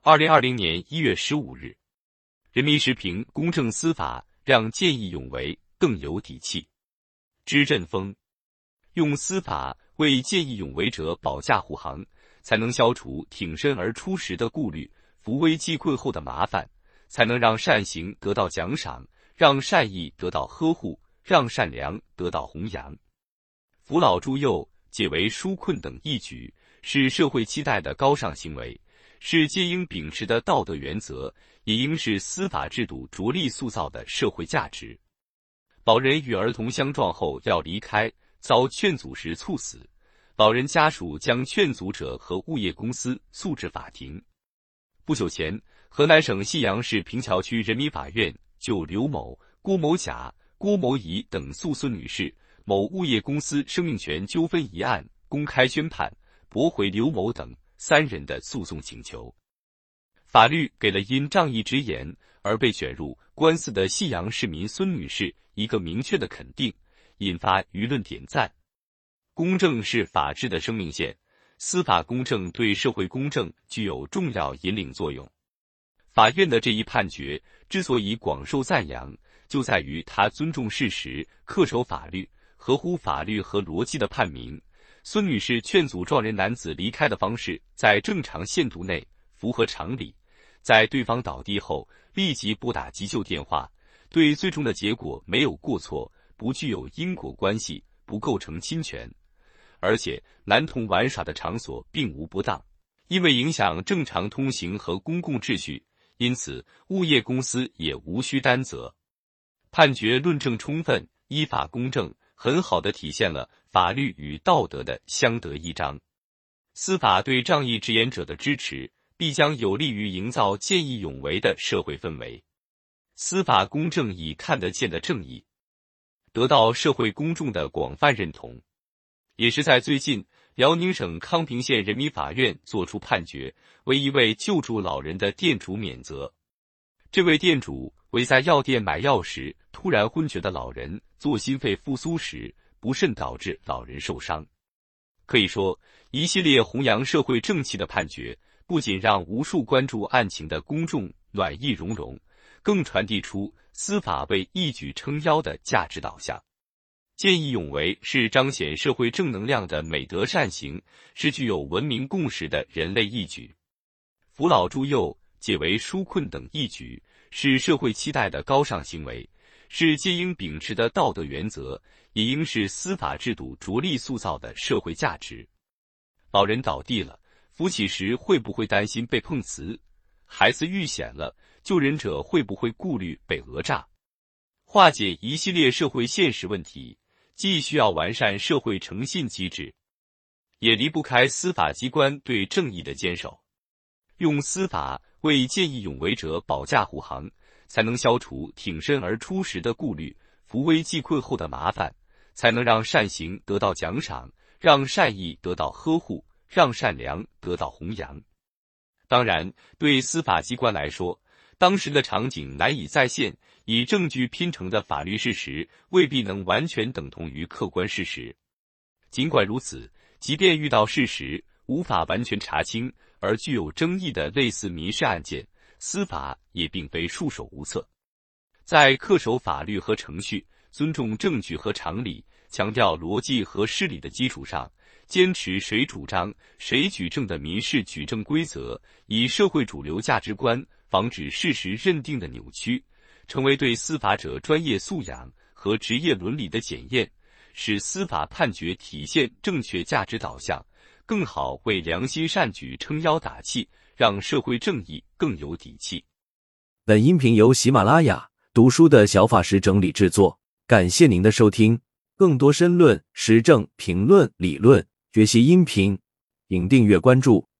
2020年1月15日，人民时评：公正司法让见义勇为更有底气。知阵风，用司法为见义勇为者保驾护航，才能消除挺身而出时的顾虑，扶危济困后的麻烦，才能让善行得到奖赏，让善意得到呵护，让善良得到弘扬。扶老助幼、解围纾困等义举，是社会期待的高尚行为，是皆应秉持的道德原则，也应是司法制度着力塑造的社会价值。老人与儿童相撞后要离开，遭劝阻时猝死，老人家属将劝阻者和物业公司诉至法庭。不久前，河南省信阳市平桥区人民法院就刘某、郭某甲、郭某乙等诉孙女士某物业公司生命权纠纷一案公开宣判，驳回刘某等3人的诉讼请求。法律给了因仗义直言而被卷入官司的信阳市民孙女士一个明确的肯定，引发舆论点赞。公正是法治的生命线，司法公正对社会公正具有重要引领作用。法院的这一判决之所以广受赞扬，就在于它尊重事实、恪守法律、合乎法律和逻辑的判明。孙女士劝阻撞人男子离开的方式在正常限度内，符合常理。在对方倒地后，立即拨打急救电话，对最终的结果没有过错，不具有因果关系，不构成侵权。而且，男童玩耍的场所并无不当，因为影响正常通行和公共秩序，因此物业公司也无需担责。判决论证充分，依法公正，很好地体现了法律与道德的相得益彰。司法对仗义直言者的支持，必将有利于营造见义勇为的社会氛围。司法公正以看得见的正义，得到社会公众的广泛认同。也是在最近，辽宁省康平县人民法院作出判决，为一位救助老人的店主免责。这位店主为在药店买药时突然昏厥的老人做心肺复苏时，不慎导致老人受伤。可以说，一系列弘扬社会正气的判决，不仅让无数关注案情的公众暖意融融，更传递出司法为义举撑腰的价值导向。见义勇为是彰显社会正能量的美德善行，是具有文明共识的人类义举。扶老助幼、解围纾困等义举，是社会期待的高尚行为，是皆应秉持的道德原则，也应是司法制度着力塑造的社会价值。老人倒地了，扶起时会不会担心被碰瓷？孩子遇险了，救人者会不会顾虑被讹诈？化解一系列社会现实问题，既需要完善社会诚信机制，也离不开司法机关对正义的坚守。用司法为见义勇为者保驾护航，才能消除挺身而出时的顾虑，扶危济困后的麻烦，才能让善行得到奖赏，让善意得到呵护，让善良得到弘扬。当然，对司法机关来说，当时的场景难以再现，以证据拼成的法律事实未必能完全等同于客观事实。尽管如此，即便遇到事实无法完全查清而具有争议的类似民事案件，司法也并非束手无策。在恪守法律和程序、尊重证据和常理、强调逻辑和事理的基础上，坚持谁主张谁举证的民事举证规则，以社会主流价值观防止事实认定的扭曲，成为对司法者专业素养和职业伦理的检验，使司法判决体现正确价值导向，更好为良心善举撑腰打气，让社会正义更有底气。 本音频由喜马拉雅读书的小法师整理制作，感谢您的收听。更多申论、时政、评论、理论、学习音频，请订阅关注。